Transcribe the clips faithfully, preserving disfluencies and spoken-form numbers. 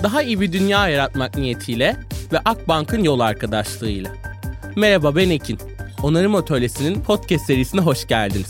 daha iyi bir dünya yaratmak niyetiyle ve Akbank'ın yol arkadaşlığıyla. Merhaba, ben Ekin. Onarım Atölyesi'nin podcast serisine hoş geldiniz.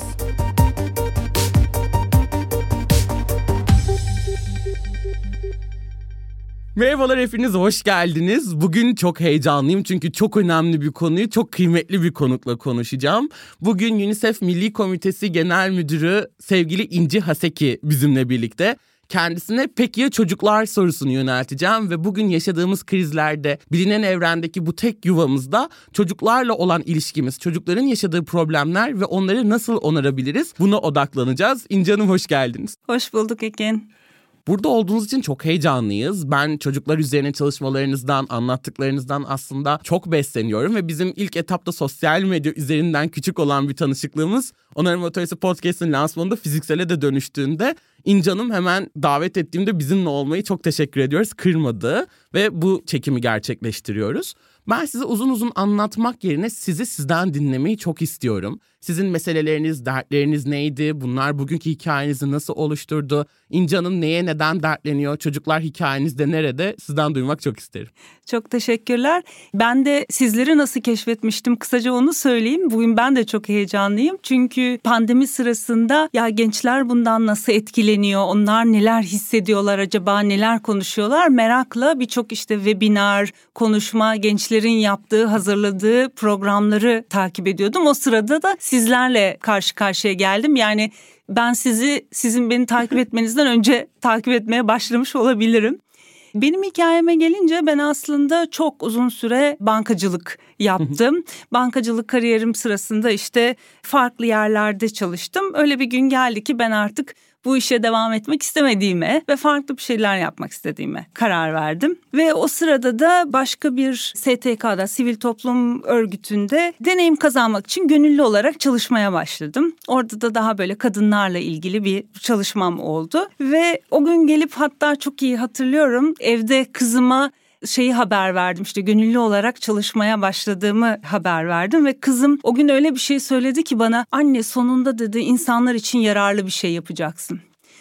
Merhabalar, hepiniz hoş geldiniz. Bugün çok heyecanlıyım çünkü çok önemli bir konuyu çok kıymetli bir konukla konuşacağım. Bugün UNICEF Milli Komitesi Genel Müdürü sevgili İnci Haseki bizimle birlikte. Kendisine peki ya çocuklar sorusunu yönelteceğim ve bugün yaşadığımız krizlerde, bilinen evrendeki bu tek yuvamızda çocuklarla olan ilişkimiz, çocukların yaşadığı problemler ve onları nasıl onarabiliriz, buna odaklanacağız. İnci Hanım, hoş geldiniz. Hoş bulduk Ekin. Burada olduğunuz için çok heyecanlıyız. Ben çocuklar üzerine çalışmalarınızdan, anlattıklarınızdan aslında çok besleniyorum ve bizim ilk etapta sosyal medya üzerinden küçük olan bir tanışıklığımız Onarım Atölyesi Podcast'ın lansmanında fiziksele de dönüştüğünde İnci Hanım hemen davet ettiğimde bizimle olmayı çok teşekkür ediyoruz. Kırmadı ve bu çekimi gerçekleştiriyoruz. Ben size uzun uzun anlatmak yerine sizi sizden dinlemeyi çok istiyorum. Sizin meseleleriniz, dertleriniz neydi? Bunlar bugünkü hikayenizi nasıl oluşturdu? İnci Hanım neye, neden dertleniyor? Çocuklar hikayenizde nerede? Sizden duymak çok isterim. Çok teşekkürler. Ben de sizleri nasıl keşfetmiştim? Kısaca onu söyleyeyim. Bugün ben de çok heyecanlıyım. Çünkü pandemi sırasında ya gençler bundan nasıl etkileniyor? Onlar neler hissediyorlar acaba? Neler konuşuyorlar? Merakla birçok işte webinar, konuşma, gençlerin yaptığı, hazırladığı programları takip ediyordum. O sırada da sizlerle karşı karşıya geldim. Yani ben sizi, sizin beni takip etmenizden önce takip etmeye başlamış olabilirim. Benim hikayeme gelince ben aslında çok uzun süre bankacılık yaptım. Bankacılık kariyerim sırasında işte farklı yerlerde çalıştım. Öyle bir gün geldi ki ben artık bu işe devam etmek istemediğime ve farklı bir şeyler yapmak istediğime karar verdim. Ve o sırada da başka bir S T K'da, sivil toplum örgütünde deneyim kazanmak için gönüllü olarak çalışmaya başladım. Orada da daha böyle kadınlarla ilgili bir çalışmam oldu. Ve o gün gelip, hatta çok iyi hatırlıyorum, evde kızıma şeyi haber verdim, işte gönüllü olarak çalışmaya başladığımı haber verdim ve kızım o gün öyle bir şey söyledi ki bana, anne sonunda dedi insanlar için yararlı bir şey yapacaksın.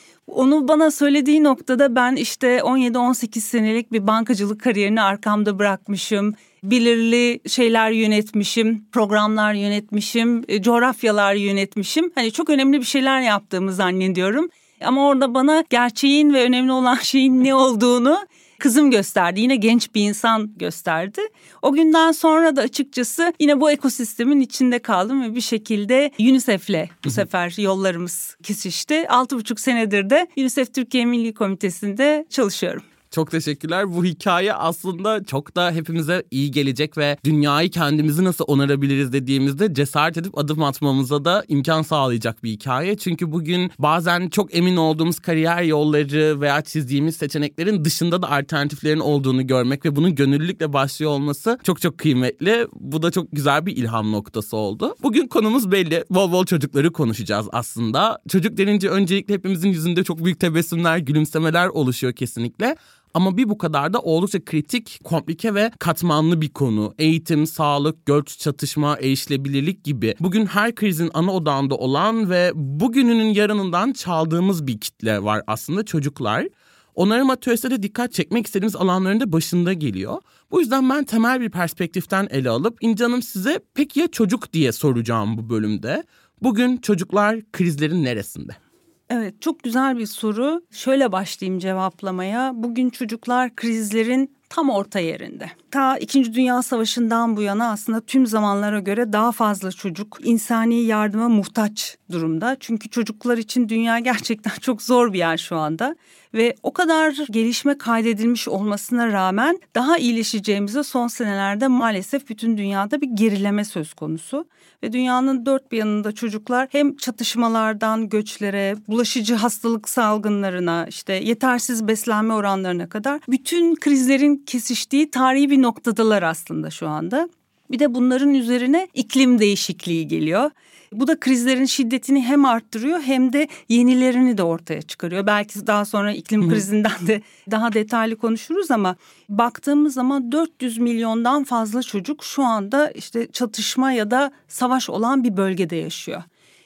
Onu bana söylediği noktada ben işte on yedi on sekiz senelik bir bankacılık kariyerini arkamda bırakmışım. Belirli şeyler yönetmişim, programlar yönetmişim, coğrafyalar yönetmişim. Hani çok önemli bir şeyler yaptığımı zannediyorum. Ama orada bana gerçeğin ve önemli olan şeyin ne olduğunu kızım gösterdi. Yine genç bir insan gösterdi. O günden sonra da açıkçası yine bu ekosistemin içinde kaldım ve bir şekilde UNICEF'le bu sefer yollarımız kesişti. Altı buçuk senedir de UNICEF Türkiye Milli Komitesi'nde çalışıyorum. Çok teşekkürler. Bu hikaye aslında çok da hepimize iyi gelecek ve dünyayı kendimizi nasıl onarabiliriz dediğimizde cesaret edip adım atmamıza da imkan sağlayacak bir hikaye. Çünkü bugün bazen çok emin olduğumuz kariyer yolları veya çizdiğimiz seçeneklerin dışında da alternatiflerin olduğunu görmek ve bunun gönüllülükle başlıyor olması çok çok kıymetli. Bu da çok güzel bir ilham noktası oldu. Bugün konumuz belli. Bol bol çocukları konuşacağız aslında. Çocuk denince öncelikle hepimizin yüzünde çok büyük tebessümler, gülümsemeler oluşuyor kesinlikle. Ama bir bu kadar da oldukça kritik, komplike ve katmanlı bir konu. Eğitim, sağlık, göç, çatışma, erişilebilirlik gibi bugün her krizin ana odağında olan ve bugününün yarınından çaldığımız bir kitle var aslında, çocuklar. Onarım Atölyesi'de de dikkat çekmek istediğimiz alanların da başında geliyor. Bu yüzden ben temel bir perspektiften ele alıp İnci Hanım, size peki ya çocuk diye soracağım bu bölümde. Bugün çocuklar krizlerin neresinde? Evet, çok güzel bir soru. Şöyle başlayayım cevaplamaya. Bugün çocuklar krizlerin tam orta yerinde. Ta İkinci Dünya Savaşı'ndan bu yana aslında tüm zamanlara göre daha fazla çocuk insani yardıma muhtaç durumda. Çünkü çocuklar için dünya gerçekten çok zor bir yer şu anda. Ve o kadar gelişme kaydedilmiş olmasına rağmen daha iyileşeceğimize son senelerde maalesef bütün dünyada bir gerileme söz konusu. Ve dünyanın dört bir yanında çocuklar hem çatışmalardan göçlere, bulaşıcı hastalık salgınlarına, işte yetersiz beslenme oranlarına kadar bütün krizlerin kesiştiği tarihi bir noktadalar aslında şu anda. Bir de bunların üzerine iklim değişikliği geliyor. Bu da krizlerin şiddetini hem arttırıyor hem de yenilerini de ortaya çıkarıyor. Belki daha sonra iklim krizinden de daha detaylı konuşuruz ama baktığımız zaman dört yüz milyondan fazla çocuk şu anda işte çatışma ya da savaş olan bir bölgede yaşıyor.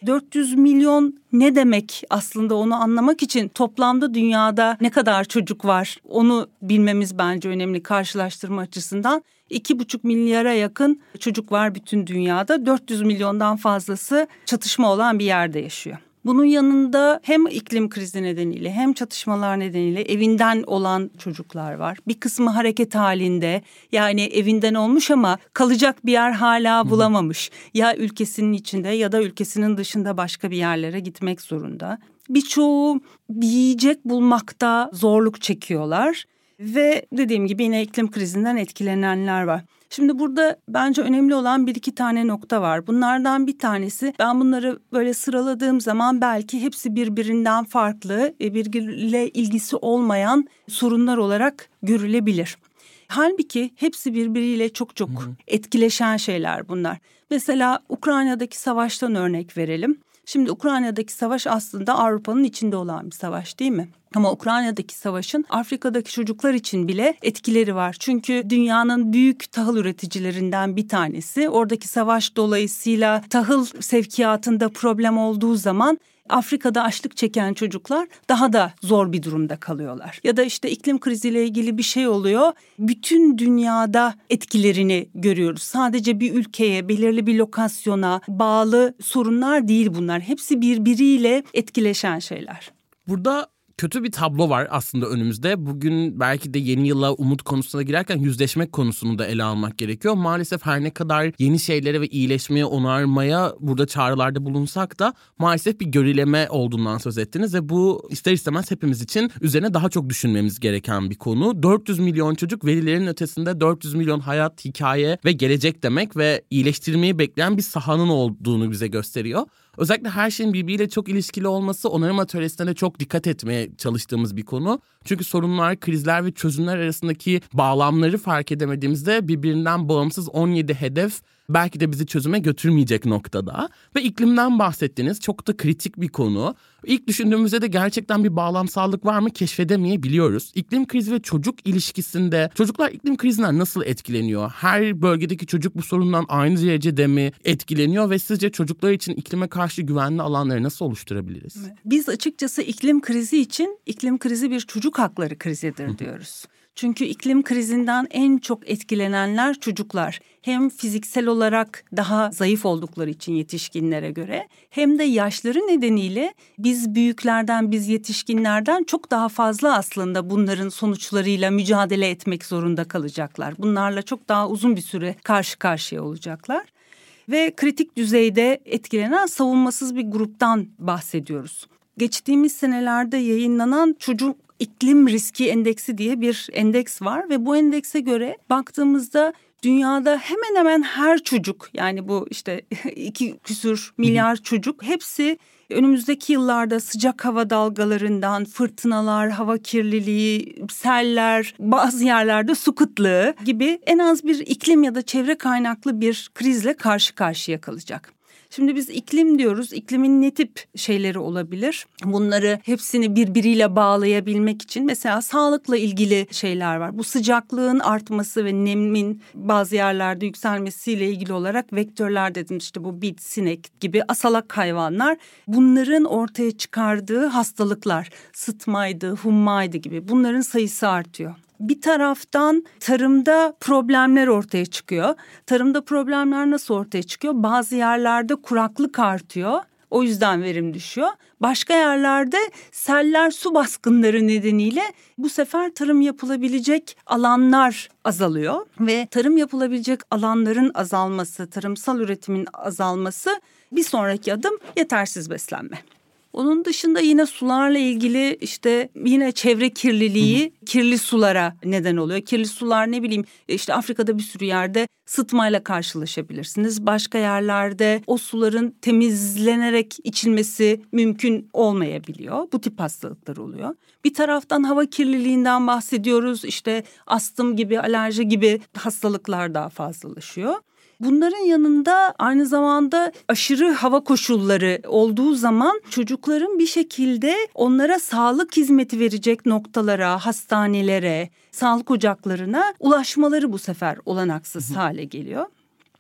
dört yüz milyon ne demek aslında, onu anlamak için toplamda dünyada ne kadar çocuk var onu bilmemiz bence önemli karşılaştırma açısından. iki buçuk milyara yakın çocuk var bütün dünyada. dört yüz milyondan fazlası çatışma olan bir yerde yaşıyor. Bunun yanında hem iklim krizi nedeniyle hem çatışmalar nedeniyle evinden olan çocuklar var. Bir kısmı hareket halinde, yani evinden olmuş ama kalacak bir yer hala bulamamış. Ya ülkesinin içinde ya da ülkesinin dışında başka bir yerlere gitmek zorunda. Birçoğu bir yiyecek bulmakta zorluk çekiyorlar. Ve dediğim gibi yine iklim krizinden etkilenenler var. Şimdi burada bence önemli olan bir iki tane nokta var. Bunlardan bir tanesi, ben bunları böyle sıraladığım zaman belki hepsi birbirinden farklı, birbiriyle ilgisi olmayan sorunlar olarak görülebilir. Halbuki hepsi birbiriyle çok çok Hı-hı. etkileşen şeyler bunlar. Mesela Ukrayna'daki savaştan örnek verelim. Şimdi Ukrayna'daki savaş aslında Avrupa'nın içinde olan bir savaş, değil mi? Ama Ukrayna'daki savaşın Afrika'daki çocuklar için bile etkileri var. Çünkü dünyanın büyük tahıl üreticilerinden bir tanesi. Oradaki savaş dolayısıyla tahıl sevkiyatında problem olduğu zaman Afrika'da açlık çeken çocuklar daha da zor bir durumda kalıyorlar. Ya da işte iklim kriziyle ilgili bir şey oluyor. Bütün dünyada etkilerini görüyoruz. Sadece bir ülkeye, belirli bir lokasyona bağlı sorunlar değil bunlar. Hepsi birbiriyle etkileşen şeyler. Burada kötü bir tablo var aslında önümüzde. Bugün belki de yeni yıla umut konusuna girerken yüzleşmek konusunu da ele almak gerekiyor. Maalesef her ne kadar yeni şeylere ve iyileşmeye, onarmaya burada çağrılarda bulunsak da maalesef bir gerileme olduğundan söz ettiniz ve bu ister istemez hepimiz için üzerine daha çok düşünmemiz gereken bir konu. dört yüz milyon çocuk, verilerin ötesinde dört yüz milyon hayat, hikaye ve gelecek demek ve iyileştirmeyi bekleyen bir sahanın olduğunu bize gösteriyor. Özellikle her şeyin birbiriyle çok ilişkili olması onarım atölyesinde de çok dikkat etmeye çalıştığımız bir konu. Çünkü sorunlar, krizler ve çözümler arasındaki bağlamları fark edemediğimizde birbirinden bağımsız on yedi hedef belki de bizi çözüme götürmeyecek noktada. Ve iklimden bahsettiniz, çok da kritik bir konu. İlk düşündüğümüzde de gerçekten bir bağlamsallık var mı keşfedemeyebiliyoruz. İklim krizi ve çocuk ilişkisinde çocuklar iklim krizinden nasıl etkileniyor? Her bölgedeki çocuk bu sorundan aynı derecede mi etkileniyor ve sizce çocuklar için iklime karşı güvenli alanları nasıl oluşturabiliriz? Biz açıkçası iklim krizi için iklim krizi bir çocuk hakları krizidir diyoruz. Çünkü iklim krizinden en çok etkilenenler çocuklar. Hem fiziksel olarak daha zayıf oldukları için yetişkinlere göre hem de yaşları nedeniyle biz büyüklerden, biz yetişkinlerden çok daha fazla aslında bunların sonuçlarıyla mücadele etmek zorunda kalacaklar. Bunlarla çok daha uzun bir süre karşı karşıya olacaklar. Ve kritik düzeyde etkilenen savunmasız bir gruptan bahsediyoruz. Geçtiğimiz senelerde yayınlanan Çocuk İklim Riski Endeksi diye bir endeks var ve bu endekse göre baktığımızda dünyada hemen hemen her çocuk, yani bu işte iki küsür milyar çocuk, hepsi önümüzdeki yıllarda sıcak hava dalgalarından, fırtınalar, hava kirliliği, seller, bazı yerlerde su kıtlığı gibi en az bir iklim ya da çevre kaynaklı bir krizle karşı karşıya kalacak. Şimdi biz iklim diyoruz. İklimin ne tip şeyleri olabilir? Bunları hepsini birbiriyle bağlayabilmek için mesela sağlıkla ilgili şeyler var. Bu sıcaklığın artması ve nemin bazı yerlerde yükselmesiyle ilgili olarak vektörler dedim, işte bu bit, sinek gibi asalak hayvanlar. Bunların ortaya çıkardığı hastalıklar, sıtmaydı, hummaydı gibi, bunların sayısı artıyor. Bir taraftan tarımda problemler ortaya çıkıyor. Tarımda problemler nasıl ortaya çıkıyor? Bazı yerlerde kuraklık artıyor. O yüzden verim düşüyor. Başka yerlerde seller, su baskınları nedeniyle bu sefer tarım yapılabilecek alanlar azalıyor. Ve tarım yapılabilecek alanların azalması, tarımsal üretimin azalması bir sonraki adım yetersiz beslenme. Onun dışında yine sularla ilgili işte yine çevre kirliliği hı hı. kirli sulara neden oluyor. Kirli sular, ne bileyim işte Afrika'da bir sürü yerde sıtmayla karşılaşabilirsiniz. Başka yerlerde o suların temizlenerek içilmesi mümkün olmayabiliyor. Bu tip hastalıklar oluyor. Bir taraftan hava kirliliğinden bahsediyoruz. İşte astım gibi, alerji gibi hastalıklar daha fazlalaşıyor. Bunların yanında aynı zamanda aşırı hava koşulları olduğu zaman çocukların bir şekilde onlara sağlık hizmeti verecek noktalara, hastanelere, sağlık ocaklarına ulaşmaları bu sefer olanaksız hale geliyor.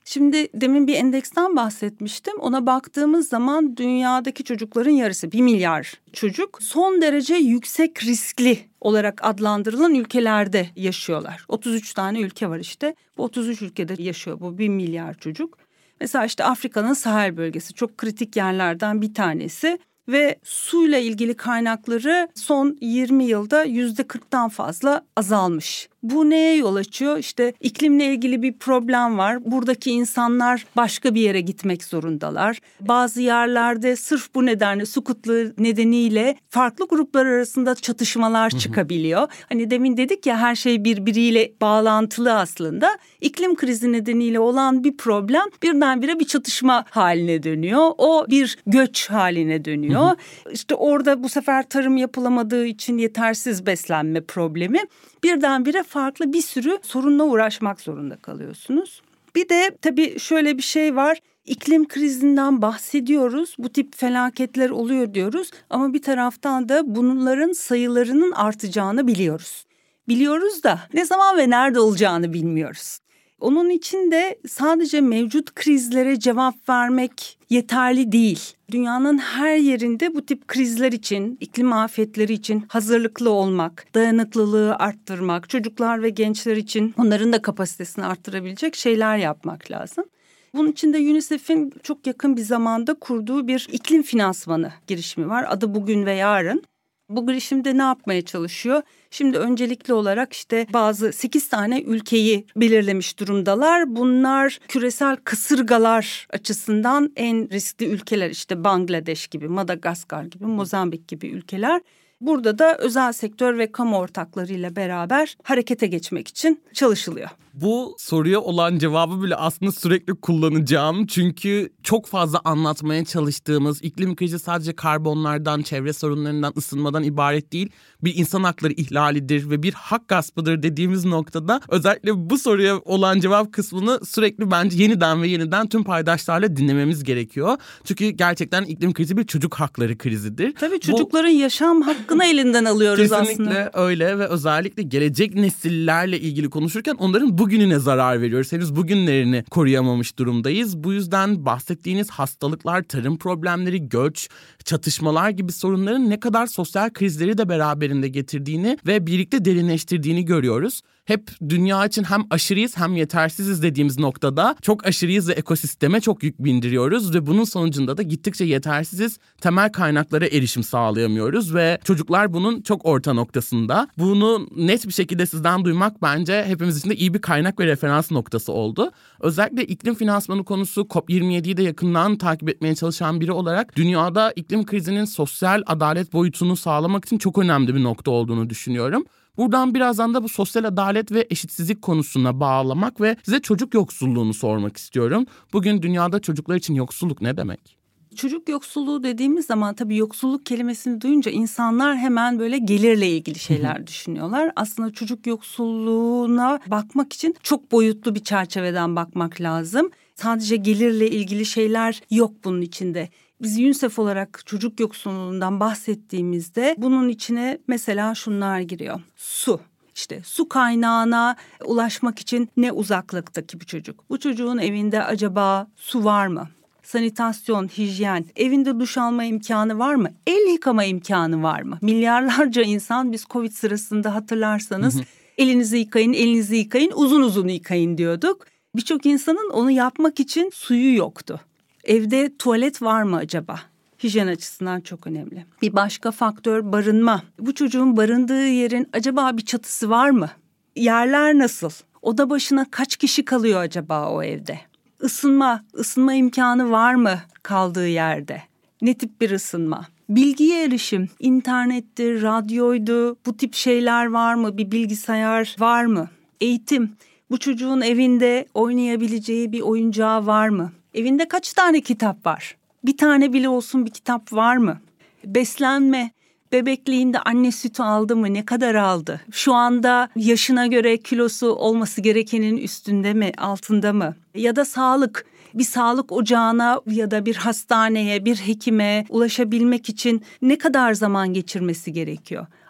Şimdi demin bir endeksten bahsetmiştim. Ona baktığımız zaman dünyadaki çocukların yarısı bir milyar çocuk son derece yüksek riskli olarak adlandırılan ülkelerde yaşıyorlar. otuz üç tane ülke var işte. Bu otuz üç ülkede yaşıyor bu bir milyar çocuk. Mesela işte Afrika'nın Sahel bölgesi çok kritik yerlerden bir tanesi. Ve suyla ilgili kaynakları son yirmi yılda yüzde kırktan fazla azalmış. Bu neye yol açıyor? İşte iklimle ilgili bir problem var. Buradaki insanlar başka bir yere gitmek zorundalar. Bazı yerlerde sırf bu nedenle, su kıtlığı nedeniyle farklı gruplar arasında çatışmalar çıkabiliyor. Hani demin dedik ya, her şey birbiriyle bağlantılı aslında. İklim krizi nedeniyle olan bir problem birdenbire bir çatışma haline dönüyor. O bir göç haline dönüyor. İşte orada bu sefer tarım yapılamadığı için yetersiz beslenme problemi. Birdenbire farklı bir sürü sorunla uğraşmak zorunda kalıyorsunuz. Bir de tabii şöyle bir şey var. İklim krizinden bahsediyoruz. Bu tip felaketler oluyor diyoruz. Ama bir taraftan da bunların sayılarının artacağını biliyoruz. Biliyoruz da ne zaman ve nerede olacağını bilmiyoruz. Onun için de sadece mevcut krizlere cevap vermek yeterli değil. Dünyanın her yerinde bu tip krizler için, iklim afetleri için hazırlıklı olmak, dayanıklılığı arttırmak, çocuklar ve gençler için onların da kapasitesini arttırabilecek şeyler yapmak lazım. Bunun için de UNICEF'in çok yakın bir zamanda kurduğu bir iklim finansmanı girişimi var. Adı Bugün ve Yarın. Bu girişimde ne yapmaya çalışıyor? Şimdi öncelikli olarak işte bazı sekiz tane ülkeyi belirlemiş durumdalar. Bunlar küresel kasırgalar açısından en riskli ülkeler. İşte Bangladeş gibi, Madagaskar gibi, Mozambik gibi ülkeler. Burada da özel sektör ve kamu ortaklarıyla beraber harekete geçmek için çalışılıyor. Bu soruya olan cevabı bile aslında sürekli kullanacağım. Çünkü çok fazla anlatmaya çalıştığımız iklim krizi sadece karbonlardan, çevre sorunlarından, ısınmadan ibaret değil. Bir insan hakları ihlalidir ve bir hak gaspıdır dediğimiz noktada özellikle bu soruya olan cevap kısmını sürekli bence yeniden ve yeniden tüm paydaşlarla dinlememiz gerekiyor. Çünkü gerçekten iklim krizi bir çocuk hakları krizidir. Tabii çocukların bu, yaşam hakkını elinden alıyoruz kesinlikle aslında. Kesinlikle öyle ve özellikle gelecek nesillerle ilgili konuşurken onların bugününe zarar veriyoruz. Henüz bugünlerini koruyamamış durumdayız. Bu yüzden bahsettiğiniz hastalıklar, tarım problemleri, göç, çatışmalar gibi sorunların ne kadar sosyal krizleri de beraberinde getirdiğini ve birlikte derinleştirdiğini görüyoruz. Hep dünya için hem aşırıyız hem yetersiziz dediğimiz noktada çok aşırıyız ve ekosisteme çok yük bindiriyoruz ve bunun sonucunda da gittikçe yetersiziz, temel kaynaklara erişim sağlayamıyoruz ve çocuklar bunun çok orta noktasında. Bunu net bir şekilde sizden duymak bence hepimiz için de iyi bir kaynak ve referans noktası oldu. Özellikle iklim finansmanı konusu COP yirmi yediyi de yakından takip etmeye çalışan biri olarak dünyada iklim krizinin sosyal adalet boyutunu sağlamak için çok önemli bir nokta olduğunu düşünüyorum. Buradan birazdan da bu sosyal adalet ve eşitsizlik konusuna bağlamak ve size çocuk yoksulluğunu sormak istiyorum. Bugün dünyada çocuklar için yoksulluk ne demek? Çocuk yoksulluğu dediğimiz zaman tabii yoksulluk kelimesini duyunca insanlar hemen böyle gelirle ilgili şeyler düşünüyorlar. Aslında çocuk yoksulluğuna bakmak için çok boyutlu bir çerçeveden bakmak lazım. Sadece gelirle ilgili şeyler yok bunun içinde. Biz UNICEF olarak çocuk yoksulluğundan bahsettiğimizde bunun içine mesela şunlar giriyor. Su. İşte su kaynağına ulaşmak için ne uzaklıktaki bir çocuk? Bu çocuğun evinde acaba su var mı? Sanitasyon, hijyen, evinde duş alma imkanı var mı? El yıkama imkanı var mı? Milyarlarca insan biz Covid sırasında hatırlarsanız elinizi yıkayın, elinizi yıkayın, uzun uzun yıkayın diyorduk. Birçok insanın onu yapmak için suyu yoktu. Evde tuvalet var mı acaba? Hijyen açısından çok önemli. Bir başka faktör barınma. Bu çocuğun barındığı yerin acaba bir çatısı var mı? Yerler nasıl? Oda başına kaç kişi kalıyor acaba o evde? Isınma, ısınma imkanı var mı kaldığı yerde? Ne tip bir ısınma? Bilgiye erişim, internettir, radyoydu, bu tip şeyler var mı? Bir bilgisayar var mı? Eğitim, bu çocuğun evinde oynayabileceği bir oyuncağı var mı? Evinde kaç tane kitap var? Bir tane bile olsun bir kitap var mı? Beslenme, bebekliğinde anne sütü aldı mı? Ne kadar aldı? Şu anda yaşına göre kilosu olması gerekenin üstünde mi, altında mı? Ya da sağlık, bir sağlık ocağına ya da bir hastaneye, bir hekime ulaşabilmek için ne kadar zaman geçirmesi gerekiyor?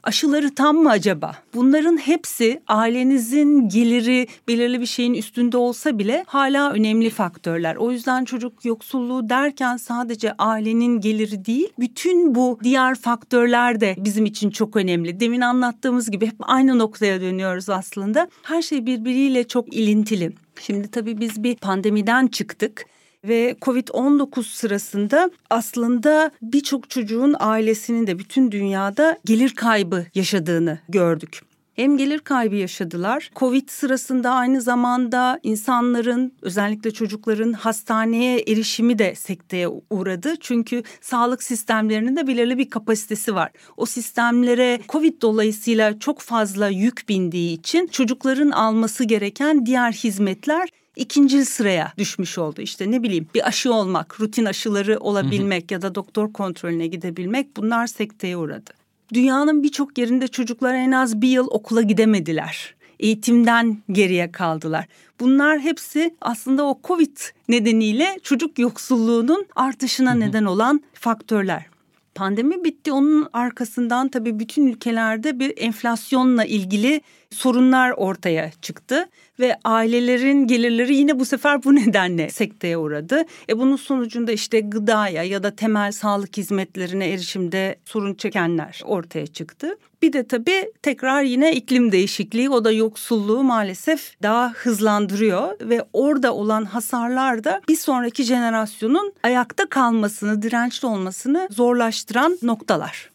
Aşıları tam mı acaba? Bunların hepsi ailenizin geliri belirli bir şeyin üstünde olsa bile hala önemli faktörler. O yüzden çocuk yoksulluğu derken sadece ailenin geliri değil, bütün bu diğer faktörler de bizim için çok önemli. Demin anlattığımız gibi hep aynı noktaya dönüyoruz aslında. Her şey birbiriyle çok ilintili. Şimdi tabii biz bir pandemiden çıktık. Ve kovid on dokuz sırasında aslında birçok çocuğun ailesinin de bütün dünyada gelir kaybı yaşadığını gördük. Hem gelir kaybı yaşadılar. Covid sırasında aynı zamanda insanların, özellikle çocukların hastaneye erişimi de sekteye uğradı. Çünkü sağlık sistemlerinin de belirli bir kapasitesi var. O sistemlere Covid dolayısıyla çok fazla yük bindiği için çocukların alması gereken diğer hizmetler İkinci sıraya düşmüş oldu. İşte ne bileyim bir aşı olmak, rutin aşıları olabilmek ya da doktor kontrolüne gidebilmek, bunlar sekteye uğradı. Dünyanın birçok yerinde çocuklar en az bir yıl okula gidemediler. Eğitimden geriye kaldılar. Bunlar hepsi aslında o Covid nedeniyle çocuk yoksulluğunun artışına neden olan faktörler. Pandemi bitti, onun arkasından tabii bütün ülkelerde bir enflasyonla ilgili sorunlar ortaya çıktı ve ailelerin gelirleri yine bu sefer bu nedenle sekteye uğradı. E bunun sonucunda işte gıdaya ya da temel sağlık hizmetlerine erişimde sorun çekenler ortaya çıktı. Bir de tabii tekrar yine iklim değişikliği, o da yoksulluğu maalesef daha hızlandırıyor ve orada olan hasarlar da bir sonraki jenerasyonun ayakta kalmasını, dirençli olmasını zorlaştıran noktalar.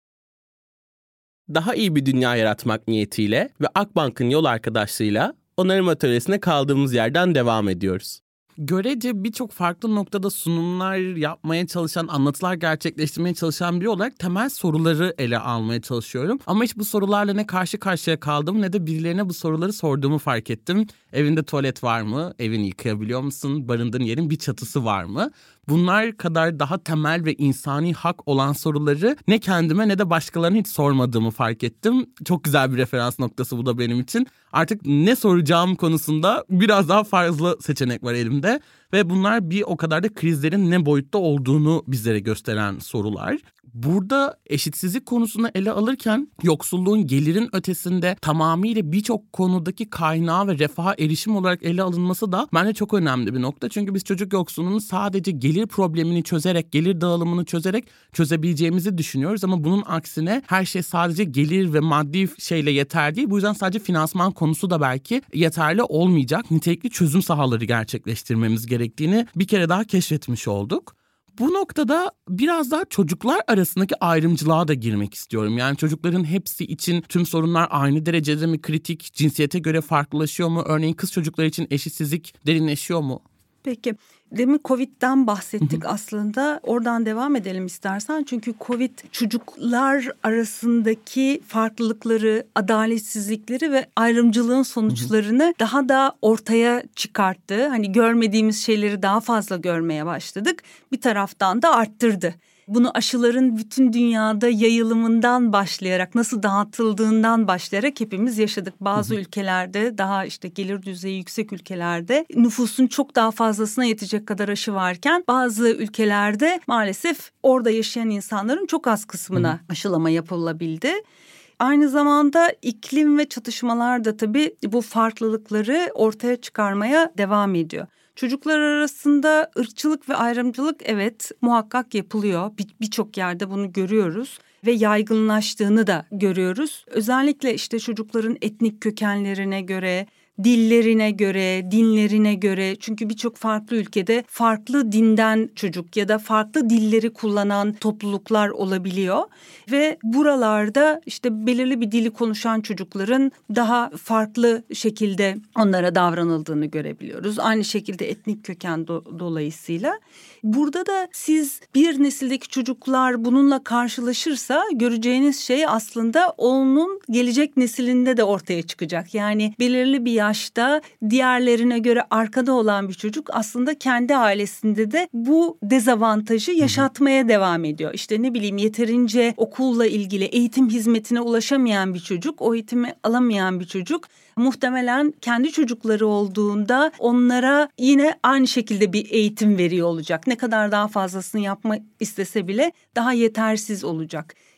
Daha iyi bir dünya yaratmak niyetiyle ve Akbank'ın yol arkadaşlığıyla onarım atölyesine kaldığımız yerden devam ediyoruz. Görece birçok farklı noktada sunumlar yapmaya çalışan, anlatılar gerçekleştirmeye çalışan biri olarak temel soruları ele almaya çalışıyorum. Ama hiç bu sorularla ne karşı karşıya kaldım ne de birilerine bu soruları sorduğumu fark ettim. Evinde tuvalet var mı? Evini yıkayabiliyor musun? Barındığın yerin bir çatısı var mı? Bunlar kadar daha temel ve insani hak olan soruları ne kendime ne de başkalarına hiç sormadığımı fark ettim. Çok güzel bir referans noktası bu da benim için. Artık ne soracağım konusunda biraz daha fazla seçenek var elimde. Ve bunlar bir o kadar da krizlerin ne boyutta olduğunu bizlere gösteren sorular. Burada eşitsizlik konusunu ele alırken yoksulluğun gelirin ötesinde tamamıyla birçok konudaki kaynağı ve refaha erişim olarak ele alınması da bence çok önemli bir nokta. Çünkü biz çocuk yoksulluğunu sadece gelir problemini çözerek, gelir dağılımını çözerek çözebileceğimizi düşünüyoruz. Ama bunun aksine her şey sadece gelir ve maddi şeyle yeter değil. Bu yüzden sadece finansman konusu da belki yeterli olmayacak. Nitelikli çözüm sahaları gerçekleştirmemiz gerektiğini bir kere daha keşfetmiş olduk. Bu noktada biraz daha çocuklar arasındaki ayrımcılığa da girmek istiyorum. Yani çocukların hepsi için tüm sorunlar aynı derecede mi kritik, cinsiyete göre farklılaşıyor mu? Örneğin kız çocuklar için eşitsizlik derinleşiyor mu? Peki, demin Covid'den bahsettik aslında. Oradan devam edelim istersen. Çünkü Covid çocuklar arasındaki farklılıkları, adaletsizlikleri ve ayrımcılığın sonuçlarını daha da ortaya çıkarttı. Hani görmediğimiz şeyleri daha fazla görmeye başladık. Bir taraftan da arttırdı. Bunu aşıların bütün dünyada yayılımından başlayarak, nasıl dağıtıldığından başlayarak hepimiz yaşadık. Bazı hı hı. ülkelerde, daha işte gelir düzeyi yüksek ülkelerde nüfusun çok daha fazlasına yetecek kadar aşı varken bazı ülkelerde maalesef orada yaşayan insanların çok az kısmına hı hı. aşılama yapılabildi. Aynı zamanda iklim ve çatışmalar da tabii bu farklılıkları ortaya çıkarmaya devam ediyor. Çocuklar arasında ırkçılık ve ayrımcılık evet muhakkak yapılıyor. Bir, birçok yerde bunu görüyoruz ve yaygınlaştığını da görüyoruz. Özellikle işte çocukların etnik kökenlerine göre, dillerine göre, dinlerine göre, çünkü birçok farklı ülkede farklı dinden çocuk ya da farklı dilleri kullanan topluluklar olabiliyor ve buralarda işte belirli bir dili konuşan çocukların daha farklı şekilde onlara davranıldığını görebiliyoruz. Aynı şekilde etnik köken do- dolayısıyla. Burada da siz bir nesildeki çocuklar bununla karşılaşırsa göreceğiniz şey aslında onun gelecek neslinde de ortaya çıkacak. Yani belirli bir yaşta diğerlerine göre arkada olan bir çocuk aslında kendi ailesinde de bu dezavantajı yaşatmaya devam ediyor. İşte ne bileyim yeterince okulla ilgili eğitim hizmetine ulaşamayan bir çocuk, o eğitimi alamayan bir çocuk muhtemelen kendi çocukları olduğunda onlara yine aynı şekilde bir eğitim veriyor olacak. Ne kadar daha fazlasını yapma istese bile daha yetersiz olacak.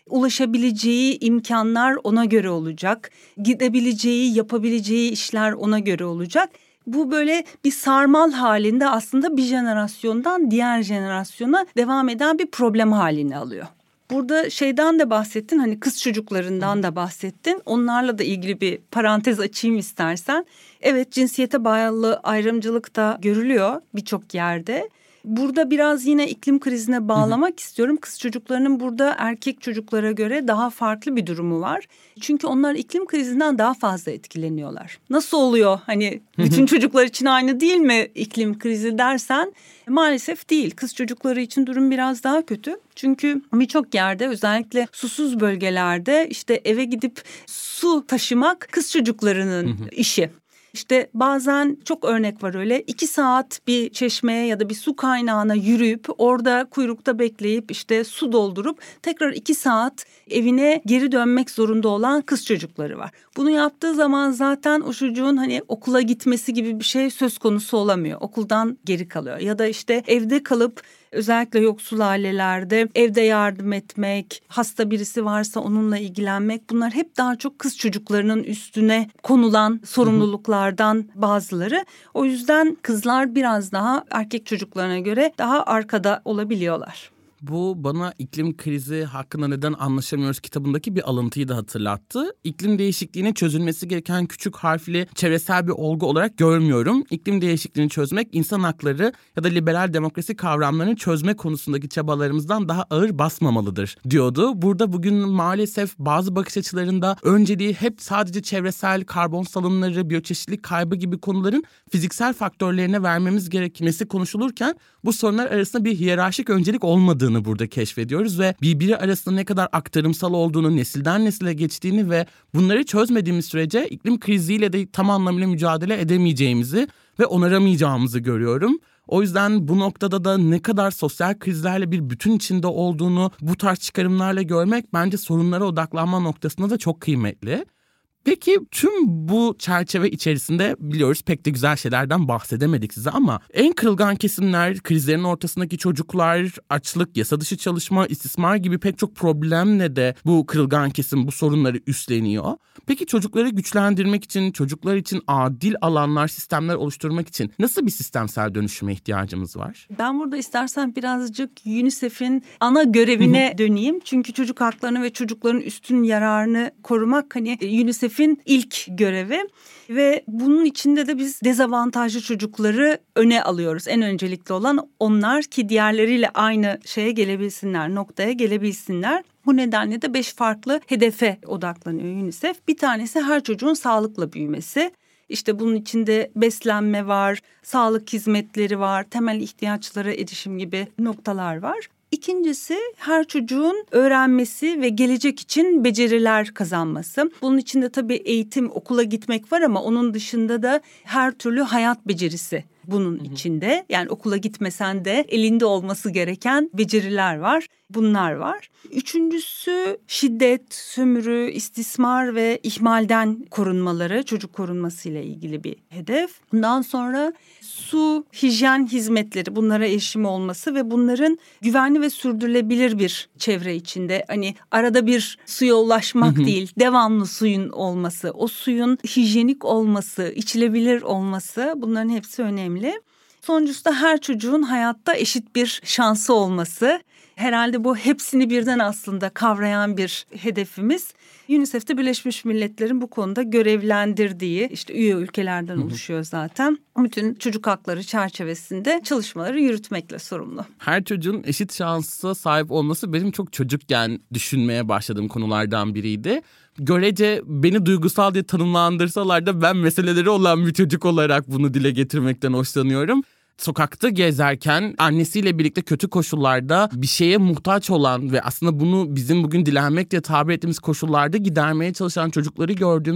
Ulaşabileceği imkanlar ona göre olacak. Gidebileceği, yapabileceği işler ona göre olacak. Bu böyle bir sarmal halinde aslında bir jenerasyondan diğer jenerasyona devam eden bir problem halini alıyor. Burada şeyden de bahsettin, hani kız çocuklarından da bahsettin. Onlarla da ilgili bir parantez açayım istersen. Evet, cinsiyete bağlı ayrımcılık da görülüyor birçok yerde. Burada biraz yine iklim krizine bağlamak hı hı. istiyorum. Kız çocuklarının burada erkek çocuklara göre daha farklı bir durumu var. Çünkü onlar iklim krizinden daha fazla etkileniyorlar. Nasıl oluyor? Hani bütün çocuklar için aynı değil mi iklim krizi dersen? Maalesef değil. Kız çocukları için durum biraz daha kötü. Çünkü birçok yerde, özellikle susuz bölgelerde işte eve gidip su taşımak kız çocuklarının işi. İşte bazen çok örnek var öyle, iki saat bir çeşmeye ya da bir su kaynağına yürüyüp orada kuyrukta bekleyip işte su doldurup tekrar iki saat evine geri dönmek zorunda olan kız çocukları var. Bunu yaptığı zaman zaten o çocuğun hani okula gitmesi gibi bir şey söz konusu olamıyor. Okuldan geri kalıyor ya da işte evde kalıp, özellikle yoksul ailelerde evde yardım etmek, hasta birisi varsa onunla ilgilenmek, bunlar hep daha çok kız çocuklarının üstüne konulan sorumluluklardan bazıları. O yüzden kızlar biraz daha erkek çocuklarına göre daha arkada olabiliyorlar. Bu bana iklim krizi hakkında neden anlaşamıyoruz kitabındaki bir alıntıyı da hatırlattı. İklim değişikliğinin çözülmesi gereken küçük harfli çevresel bir olgu olarak görmüyorum. İklim değişikliğini çözmek insan hakları ya da liberal demokrasi kavramlarını çözme konusundaki çabalarımızdan daha ağır basmamalıdır diyordu. Burada bugün maalesef bazı bakış açılarında önceliği hep sadece çevresel, karbon salımları, biyoçeşitlilik kaybı gibi konuların fiziksel faktörlerine vermemiz gerekmesi konuşulurken bu sorunlar arasında bir hiyerarşik öncelik olmadığı burada keşfediyoruz ve birbiri arasında ne kadar aktarımsal olduğunu, nesilden nesile geçtiğini ve bunları çözmediğimiz sürece iklim kriziyle de tam anlamıyla mücadele edemeyeceğimizi ve onaramayacağımızı görüyorum. O yüzden bu noktada da ne kadar sosyal krizlerle bir bütün içinde olduğunu bu tarz çıkarımlarla görmek bence sorunlara odaklanma noktasında da çok kıymetli. Peki tüm bu çerçeve içerisinde biliyoruz pek de güzel şeylerden bahsedemedik size ama en kırılgan kesimler, krizlerin ortasındaki çocuklar, açlık, yasa dışı çalışma, istismar gibi pek çok problemle de bu kırılgan kesim bu sorunları üstleniyor. Peki çocukları güçlendirmek için, çocuklar için adil alanlar, sistemler oluşturmak için nasıl bir sistemsel dönüşüme ihtiyacımız var? Ben burada istersen birazcık UNICEF'in ana görevine döneyim. Çünkü çocuk haklarını ve çocukların üstün yararını korumak hani UNICEF ilk görevi ve bunun içinde de biz dezavantajlı çocukları öne alıyoruz. En öncelikli olan onlar ki diğerleriyle aynı şeye gelebilsinler, noktaya gelebilsinler. Bu nedenle de beş farklı hedefe odaklanıyor UNICEF. Bir tanesi her çocuğun sağlıkla büyümesi. İşte bunun içinde beslenme var, sağlık hizmetleri var, temel ihtiyaçlara erişim gibi noktalar var. İkincisi her çocuğun öğrenmesi ve gelecek için beceriler kazanması. Bunun içinde tabii eğitim, okula gitmek var ama onun dışında da her türlü hayat becerisi bunun içinde. Yani okula gitmesen de elinde olması gereken beceriler var. Bunlar var. Üçüncüsü şiddet, sömürü, istismar ve ihmalden korunmaları, çocuk korunmasıyla ilgili bir hedef. Bundan sonra su, hijyen hizmetleri, bunlara erişim olması ve bunların güvenli ve sürdürülebilir bir çevre içinde. Hani arada bir suya ulaşmak değil, devamlı suyun olması, o suyun hijyenik olması, içilebilir olması, bunların hepsi önemli. Sonuncusu da her çocuğun hayatta eşit bir şansı olması. Herhalde bu hepsini birden aslında kavrayan bir hedefimiz. UNICEF'te Birleşmiş Milletler'in bu konuda görevlendirdiği, işte üye ülkelerden oluşuyor zaten. Bütün çocuk hakları çerçevesinde çalışmaları yürütmekle sorumlu. Her çocuğun eşit şansa sahip olması benim çok çocukken düşünmeye başladığım konulardan biriydi. Görece beni duygusal diye tanımlandırsalar da ben meseleleri olan bir çocuk olarak bunu dile getirmekten hoşlanıyorum. Sokakta gezerken annesiyle birlikte kötü koşullarda bir şeye muhtaç olan ve aslında bunu bizim bugün dilenmek diye tabir ettiğimiz koşullarda gidermeye çalışan çocukları gördüğümde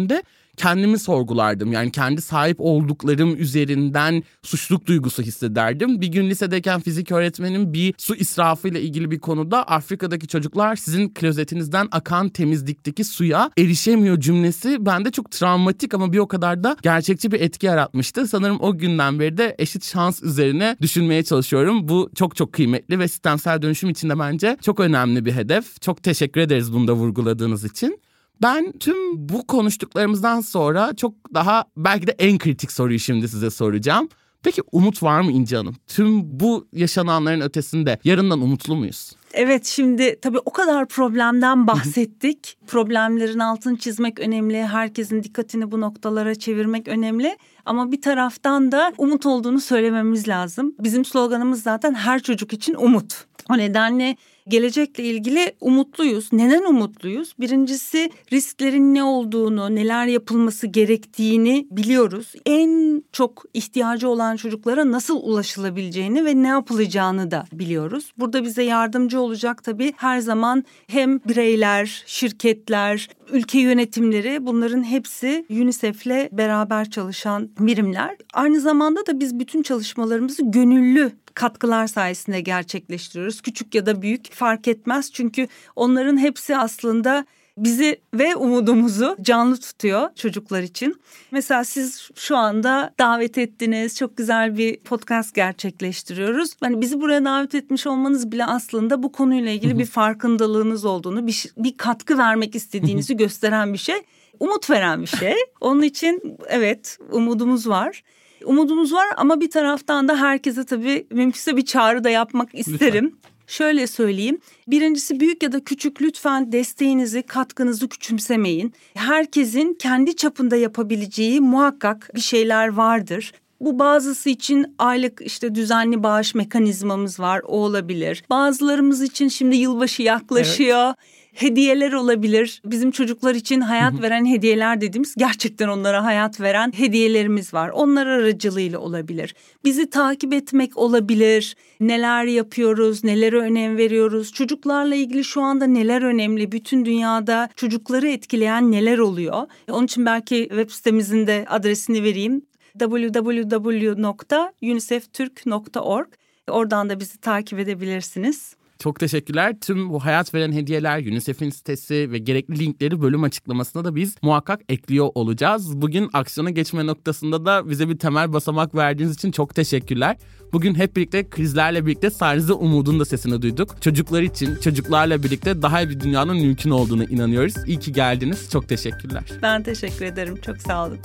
kendimi sorgulardım. Yani kendi sahip olduklarım üzerinden suçluluk duygusu hissederdim. Bir gün lisedeyken fizik öğretmenim bir su israfıyla ilgili bir konuda Afrika'daki çocuklar sizin klozetinizden akan temizlikteki suya erişemiyor cümlesi bende çok travmatik ama bir o kadar da gerçekçi bir etki yaratmıştı. Sanırım o günden beri de eşit şans üzerine düşünmeye çalışıyorum. Bu çok çok kıymetli ve sistemsel dönüşüm için de bence çok önemli bir hedef. Çok teşekkür ederiz bunu da vurguladığınız için. Ben tüm bu konuştuklarımızdan sonra çok daha belki de en kritik soruyu şimdi size soracağım. Peki umut var mı İnci Hanım? Tüm bu yaşananların ötesinde yarından umutlu muyuz? Evet, şimdi tabii o kadar problemden bahsettik. Problemlerin altını çizmek önemli. Herkesin dikkatini bu noktalara çevirmek önemli. Ama bir taraftan da umut olduğunu söylememiz lazım. Bizim sloganımız zaten her çocuk için umut. O nedenle gelecekle ilgili umutluyuz. Neden umutluyuz? Birincisi risklerin ne olduğunu, neler yapılması gerektiğini biliyoruz. En çok ihtiyacı olan çocuklara nasıl ulaşılabileceğini ve ne yapılacağını da biliyoruz. Burada bize yardımcı olacak tabii her zaman hem bireyler, şirketler, ülke yönetimleri, bunların hepsi UNICEF'le beraber çalışan birimler. Aynı zamanda da biz bütün çalışmalarımızı gönüllü katkılar sayesinde gerçekleştiriyoruz. Küçük ya da büyük fark etmez. Çünkü onların hepsi aslında bizi ve umudumuzu canlı tutuyor çocuklar için. Mesela siz şu anda davet ettiniz. Çok güzel bir podcast gerçekleştiriyoruz. Yani bizi buraya davet etmiş olmanız bile aslında bu konuyla ilgili bir farkındalığınız olduğunu, bir, bir katkı vermek istediğinizi gösteren bir şey. Umut veren bir şey. Onun için evet, umudumuz var. Umudumuz var ama bir taraftan da herkese tabii mümkünse bir çağrı da yapmak isterim. Lütfen. Şöyle söyleyeyim. Birincisi büyük ya da küçük lütfen desteğinizi, katkınızı küçümsemeyin. Herkesin kendi çapında yapabileceği muhakkak bir şeyler vardır. Bu bazısı için aylık işte düzenli bağış mekanizmamız var, o olabilir. Bazılarımız için şimdi yılbaşı yaklaşıyor. Evet. Hediyeler olabilir. Bizim çocuklar için hayat veren hediyeler dediğimiz, gerçekten onlara hayat veren hediyelerimiz var. Onlar aracılığıyla olabilir. Bizi takip etmek olabilir. Neler yapıyoruz, nelere önem veriyoruz? Çocuklarla ilgili şu anda neler önemli? Bütün dünyada çocukları etkileyen neler oluyor? Onun için belki web sitemizin de adresini vereyim. double-u double-u double-u nokta unicef türk nokta org. Oradan da bizi takip edebilirsiniz. Çok teşekkürler. Tüm bu hayat veren hediyeler, UNICEF'in sitesi ve gerekli linkleri bölüm açıklamasına da biz muhakkak ekliyor olacağız. Bugün aksiyona geçme noktasında da bize bir temel basamak verdiğiniz için çok teşekkürler. Bugün hep birlikte krizlerle birlikte sadece umudun da sesini duyduk. Çocuklar için, çocuklarla birlikte daha iyi bir dünyanın mümkün olduğunu inanıyoruz. İyi ki geldiniz. Çok teşekkürler. Ben teşekkür ederim. Çok sağ olun.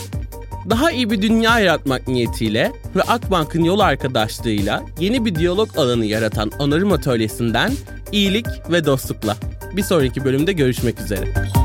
Daha iyi bir dünya yaratmak niyetiyle ve Akbank'ın yol arkadaşlığıyla yeni bir diyalog alanı yaratan Onarım Atölyesi'nden iyilik ve dostlukla. Bir sonraki bölümde görüşmek üzere.